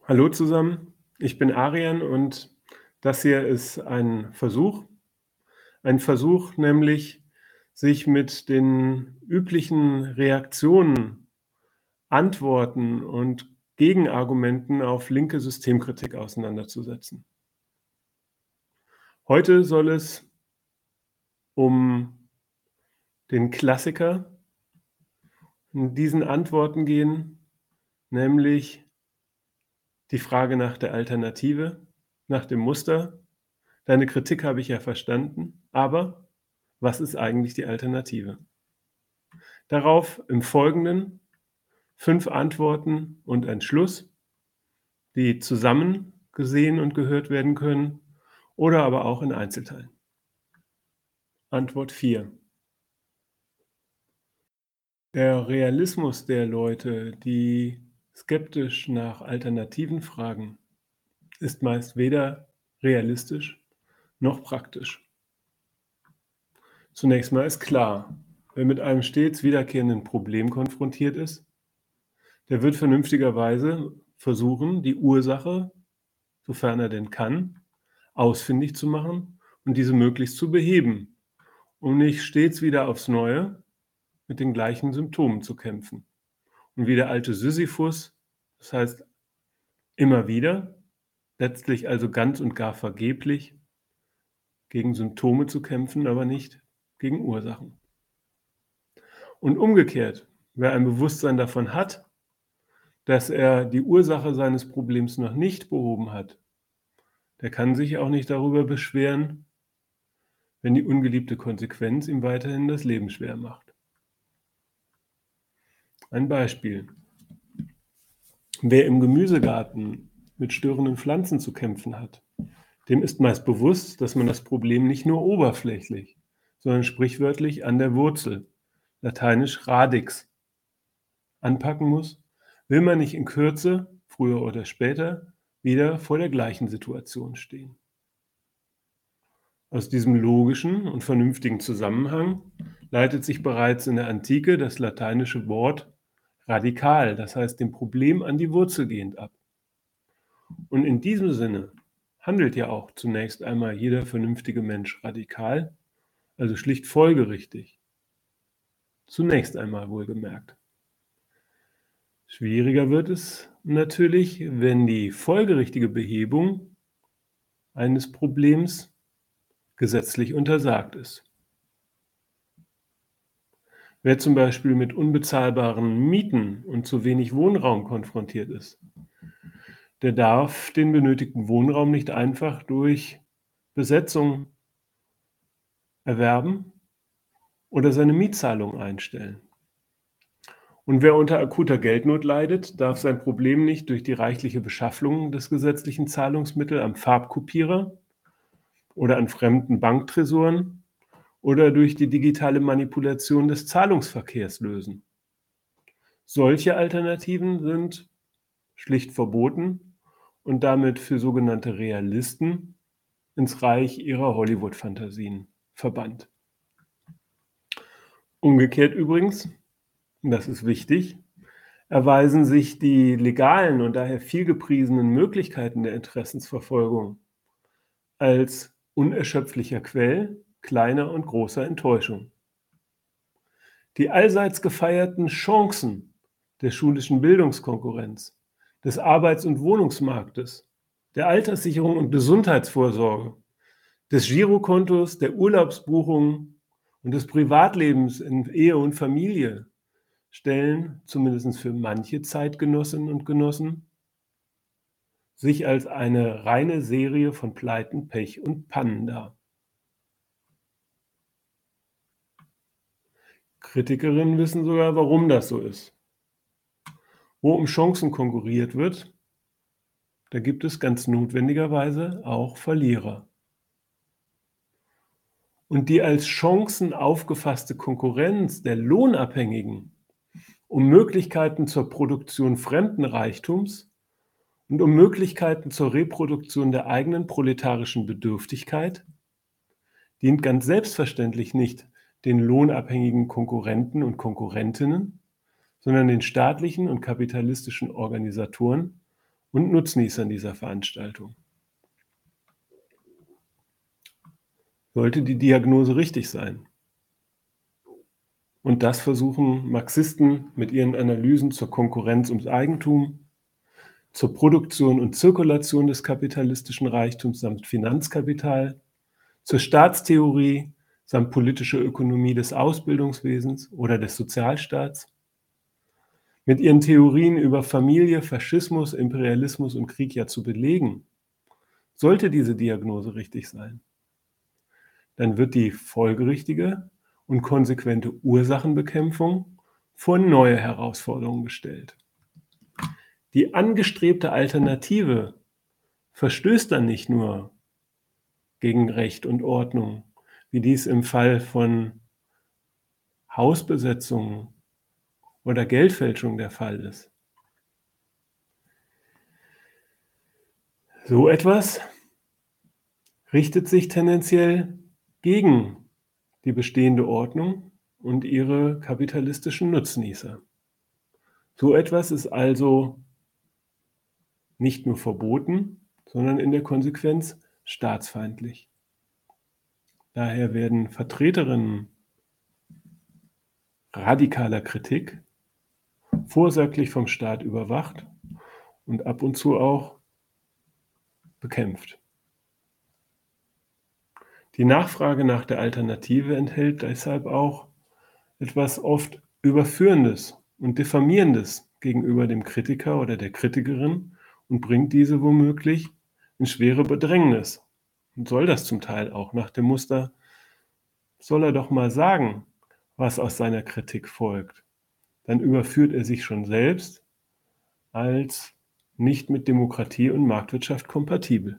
Hallo zusammen, ich bin Arian und das hier ist ein Versuch nämlich, sich mit den üblichen Reaktionen, Antworten und Gegenargumenten auf linke Systemkritik auseinanderzusetzen. Heute soll es um den Klassiker in diesen Antworten gehen, nämlich die Frage nach der Alternative, nach dem Muster. Deine Kritik habe ich ja verstanden, aber was ist eigentlich die Alternative? Darauf im Folgenden 5 Antworten und ein Schluss, die zusammen gesehen und gehört werden können oder aber auch in Einzelteilen. Antwort 4: Der Realismus der Leute, die skeptisch nach Alternativen fragen, ist meist weder realistisch noch praktisch. Zunächst mal ist klar, wer mit einem stets wiederkehrenden Problem konfrontiert ist, der wird vernünftigerweise versuchen, die Ursache, sofern er denn kann, ausfindig zu machen und diese möglichst zu beheben, um nicht stets wieder aufs Neue mit den gleichen Symptomen zu kämpfen. Und wie der alte Sisyphus, das heißt immer wieder, letztlich also ganz und gar vergeblich, gegen Symptome zu kämpfen, aber nicht gegen Ursachen. Und umgekehrt, wer ein Bewusstsein davon hat, dass er die Ursache seines Problems noch nicht behoben hat, der kann sich auch nicht darüber beschweren, wenn die ungeliebte Konsequenz ihm weiterhin das Leben schwer macht. Ein Beispiel: Wer im Gemüsegarten mit störenden Pflanzen zu kämpfen hat, dem ist meist bewusst, dass man das Problem nicht nur oberflächlich, sondern sprichwörtlich an der Wurzel, lateinisch radix, anpacken muss, will man nicht in Kürze, früher oder später, wieder vor der gleichen Situation stehen. Aus diesem logischen und vernünftigen Zusammenhang leitet sich bereits in der Antike das lateinische Wort radikal, das heißt dem Problem an die Wurzel gehend, ab. Und in diesem Sinne handelt ja auch zunächst einmal jeder vernünftige Mensch radikal, also schlicht folgerichtig. Zunächst einmal wohlgemerkt. Schwieriger wird es natürlich, wenn die folgerichtige Behebung eines Problems gesetzlich untersagt ist. Wer zum Beispiel mit unbezahlbaren Mieten und zu wenig Wohnraum konfrontiert ist, der darf den benötigten Wohnraum nicht einfach durch Besetzung erwerben oder seine Mietzahlung einstellen. Und wer unter akuter Geldnot leidet, darf sein Problem nicht durch die reichliche Beschaffung des gesetzlichen Zahlungsmittels am Farbkopierer oder an fremden Banktresoren oder durch die digitale Manipulation des Zahlungsverkehrs lösen. Solche Alternativen sind schlicht verboten und damit für sogenannte Realisten ins Reich ihrer Hollywood-Fantasien verbannt. Umgekehrt übrigens, und das ist wichtig, erweisen sich die legalen und daher viel gepriesenen Möglichkeiten der Interessensverfolgung als unerschöpflicher Quell kleiner und großer Enttäuschung. Die allseits gefeierten Chancen der schulischen Bildungskonkurrenz, des Arbeits- und Wohnungsmarktes, der Alterssicherung und Gesundheitsvorsorge, des Girokontos, der Urlaubsbuchungen und des Privatlebens in Ehe und Familie stellen, zumindest für manche Zeitgenossinnen und Genossen, sich als eine reine Serie von Pleiten, Pech und Pannen dar. Kritikerinnen wissen sogar, warum das so ist. Wo um Chancen konkurriert wird, da gibt es ganz notwendigerweise auch Verlierer. Und die als Chancen aufgefasste Konkurrenz der Lohnabhängigen um Möglichkeiten zur Produktion fremden Reichtums und um Möglichkeiten zur Reproduktion der eigenen proletarischen Bedürftigkeit dient ganz selbstverständlich nicht den lohnabhängigen Konkurrenten und Konkurrentinnen, sondern den staatlichen und kapitalistischen Organisatoren und Nutznießern dieser Veranstaltung. Sollte die Diagnose richtig sein? Und das versuchen Marxisten mit ihren Analysen zur Konkurrenz ums Eigentum, zur Produktion und Zirkulation des kapitalistischen Reichtums samt Finanzkapital, zur Staatstheorie samt politische Ökonomie des Ausbildungswesens oder des Sozialstaats, mit ihren Theorien über Familie, Faschismus, Imperialismus und Krieg ja zu belegen. Sollte diese Diagnose richtig sein, dann wird die folgerichtige und konsequente Ursachenbekämpfung vor neue Herausforderungen gestellt. Die angestrebte Alternative verstößt dann nicht nur gegen Recht und Ordnung, wie dies im Fall von Hausbesetzungen oder Geldfälschung der Fall ist. So etwas richtet sich tendenziell gegen die bestehende Ordnung und ihre kapitalistischen Nutznießer. So etwas ist also nicht nur verboten, sondern in der Konsequenz staatsfeindlich. Daher werden Vertreterinnen radikaler Kritik vorsorglich vom Staat überwacht und ab und zu auch bekämpft. Die Nachfrage nach der Alternative enthält deshalb auch etwas oft Überführendes und Diffamierendes gegenüber dem Kritiker oder der Kritikerin und bringt diese womöglich in schwere Bedrängnis. Und soll das zum Teil auch nach dem Muster, soll er doch mal sagen, was aus seiner Kritik folgt. Dann überführt er sich schon selbst als nicht mit Demokratie und Marktwirtschaft kompatibel.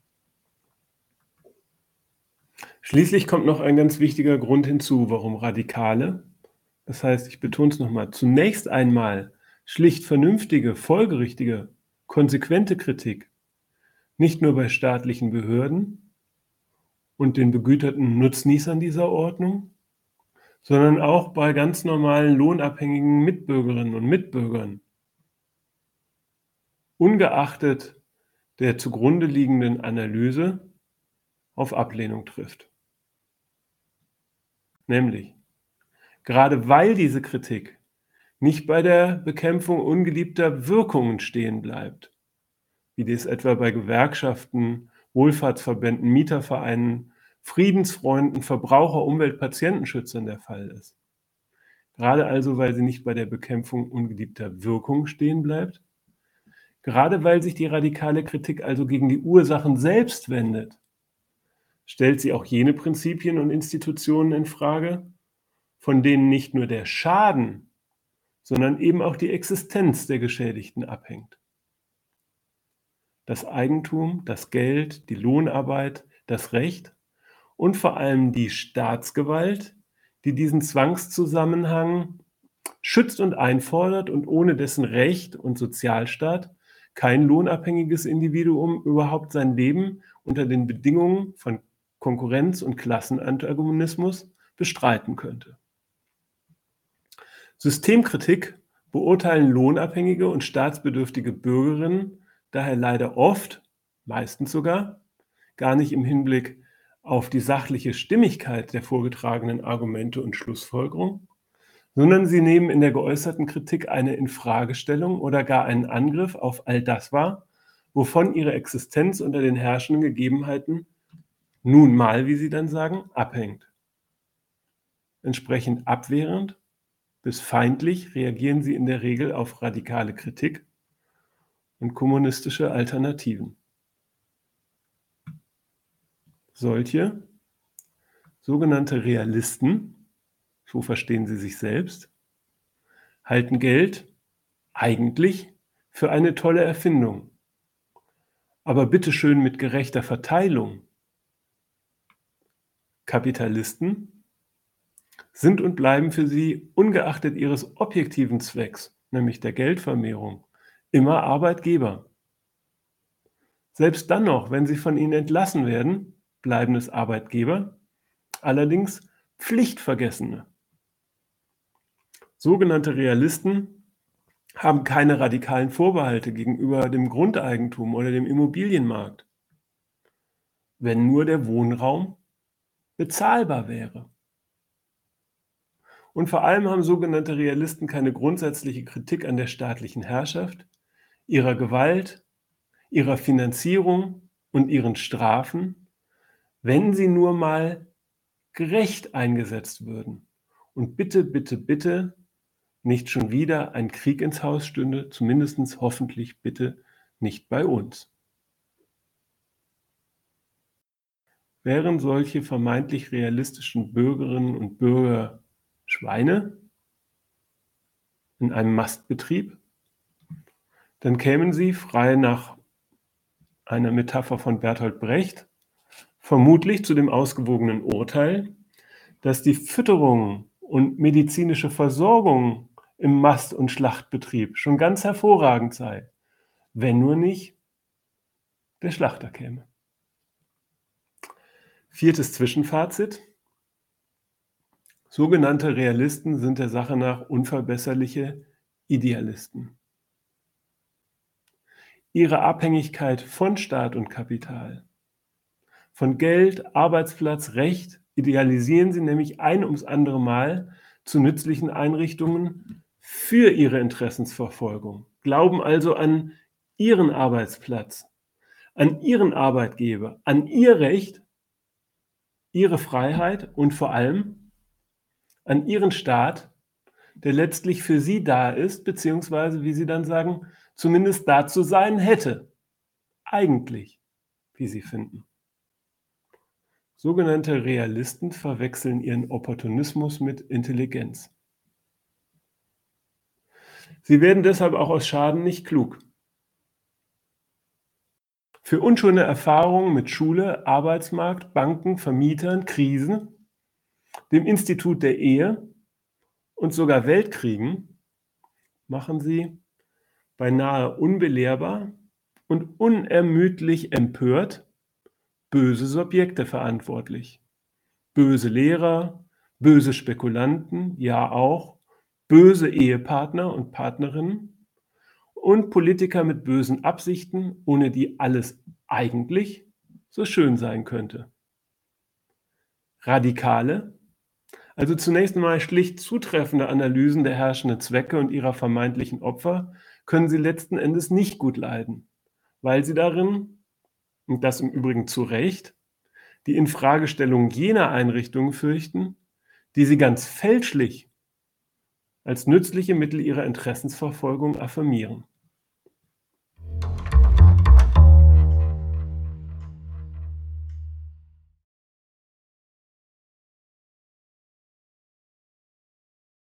Schließlich kommt noch ein ganz wichtiger Grund hinzu, warum Radikale, das heißt, ich betone es nochmal, zunächst einmal schlicht vernünftige, folgerichtige, konsequente Kritik nicht nur bei staatlichen Behörden und den begüterten Nutznießern dieser Ordnung, sondern auch bei ganz normalen lohnabhängigen Mitbürgerinnen und Mitbürgern, ungeachtet der zugrunde liegenden Analyse, auf Ablehnung trifft. Nämlich, gerade weil diese Kritik nicht bei der Bekämpfung ungeliebter Wirkungen stehen bleibt, wie dies etwa bei Gewerkschaften, Wohlfahrtsverbänden, Mietervereinen, Friedensfreunden, Verbraucher-, Umwelt-, Patientenschützern der Fall ist. Gerade also, weil sie nicht bei der Bekämpfung ungeliebter Wirkungen stehen bleibt, gerade weil sich die radikale Kritik also gegen die Ursachen selbst wendet, stellt sie auch jene Prinzipien und Institutionen in Frage, von denen nicht nur der Schaden, sondern eben auch die Existenz der Geschädigten abhängt. Das Eigentum, das Geld, die Lohnarbeit, das Recht und vor allem die Staatsgewalt, die diesen Zwangszusammenhang schützt und einfordert und ohne dessen Recht und Sozialstaat kein lohnabhängiges Individuum überhaupt sein Leben unter den Bedingungen von Konkurrenz und Klassenantagonismus bestreiten könnte. Systemkritik beurteilen lohnabhängige und staatsbedürftige Bürgerinnen daher leider oft, meistens sogar, gar nicht im Hinblick auf die sachliche Stimmigkeit der vorgetragenen Argumente und Schlussfolgerung, sondern sie nehmen in der geäußerten Kritik eine Infragestellung oder gar einen Angriff auf all das wahr, wovon ihre Existenz unter den herrschenden Gegebenheiten nun mal, wie sie dann sagen, abhängt. Entsprechend abwehrend bis feindlich reagieren sie in der Regel auf radikale Kritik und kommunistische Alternativen. Solche sogenannte Realisten, so verstehen sie sich selbst, halten Geld eigentlich für eine tolle Erfindung, aber bitteschön mit gerechter Verteilung. Kapitalisten sind und bleiben für sie ungeachtet ihres objektiven Zwecks, nämlich der Geldvermehrung, immer Arbeitgeber. Selbst dann noch, wenn sie von ihnen entlassen werden, bleiben es Arbeitgeber, allerdings Pflichtvergessene. Sogenannte Realisten haben keine radikalen Vorbehalte gegenüber dem Grundeigentum oder dem Immobilienmarkt, wenn nur der Wohnraum bezahlbar wäre. Und vor allem haben sogenannte Realisten keine grundsätzliche Kritik an der staatlichen Herrschaft, ihrer Gewalt, ihrer Finanzierung und ihren Strafen, wenn sie nur mal gerecht eingesetzt würden. Und bitte, bitte, bitte nicht schon wieder ein Krieg ins Haus stünde, zumindest hoffentlich bitte nicht bei uns. Wären solche vermeintlich realistischen Bürgerinnen und Bürger Schweine in einem Mastbetrieb, dann kämen sie, frei nach einer Metapher von Bertolt Brecht, vermutlich zu dem ausgewogenen Urteil, dass die Fütterung und medizinische Versorgung im Mast- und Schlachtbetrieb schon ganz hervorragend sei, wenn nur nicht der Schlachter käme. Viertes Zwischenfazit. Sogenannte Realisten sind der Sache nach unverbesserliche Idealisten. Ihre Abhängigkeit von Staat und Kapital, von Geld, Arbeitsplatz, Recht idealisieren sie nämlich ein ums andere Mal zu nützlichen Einrichtungen für ihre Interessensverfolgung, glauben also an ihren Arbeitsplatz, an ihren Arbeitgeber, an ihr Recht, ihre Freiheit und vor allem an ihren Staat, der letztlich für sie da ist, beziehungsweise, wie sie dann sagen, zumindest da zu sein hätte. Eigentlich, wie sie finden. Sogenannte Realisten verwechseln ihren Opportunismus mit Intelligenz. Sie werden deshalb auch aus Schaden nicht klug. Für unschöne Erfahrungen mit Schule, Arbeitsmarkt, Banken, Vermietern, Krisen, dem Institut der Ehe und sogar Weltkriegen machen sie beinahe unbelehrbar und unermüdlich empört böse Subjekte verantwortlich. Böse Lehrer, böse Spekulanten, ja auch böse Ehepartner und Partnerinnen und Politiker mit bösen Absichten, ohne die alles eigentlich so schön sein könnte. Radikale, also zunächst einmal schlicht zutreffende Analysen der herrschenden Zwecke und ihrer vermeintlichen Opfer können sie letzten Endes nicht gut leiden, weil sie darin, und das im Übrigen zu Recht, die Infragestellung jener Einrichtungen fürchten, die sie ganz fälschlich als nützliche Mittel ihrer Interessensverfolgung affirmieren.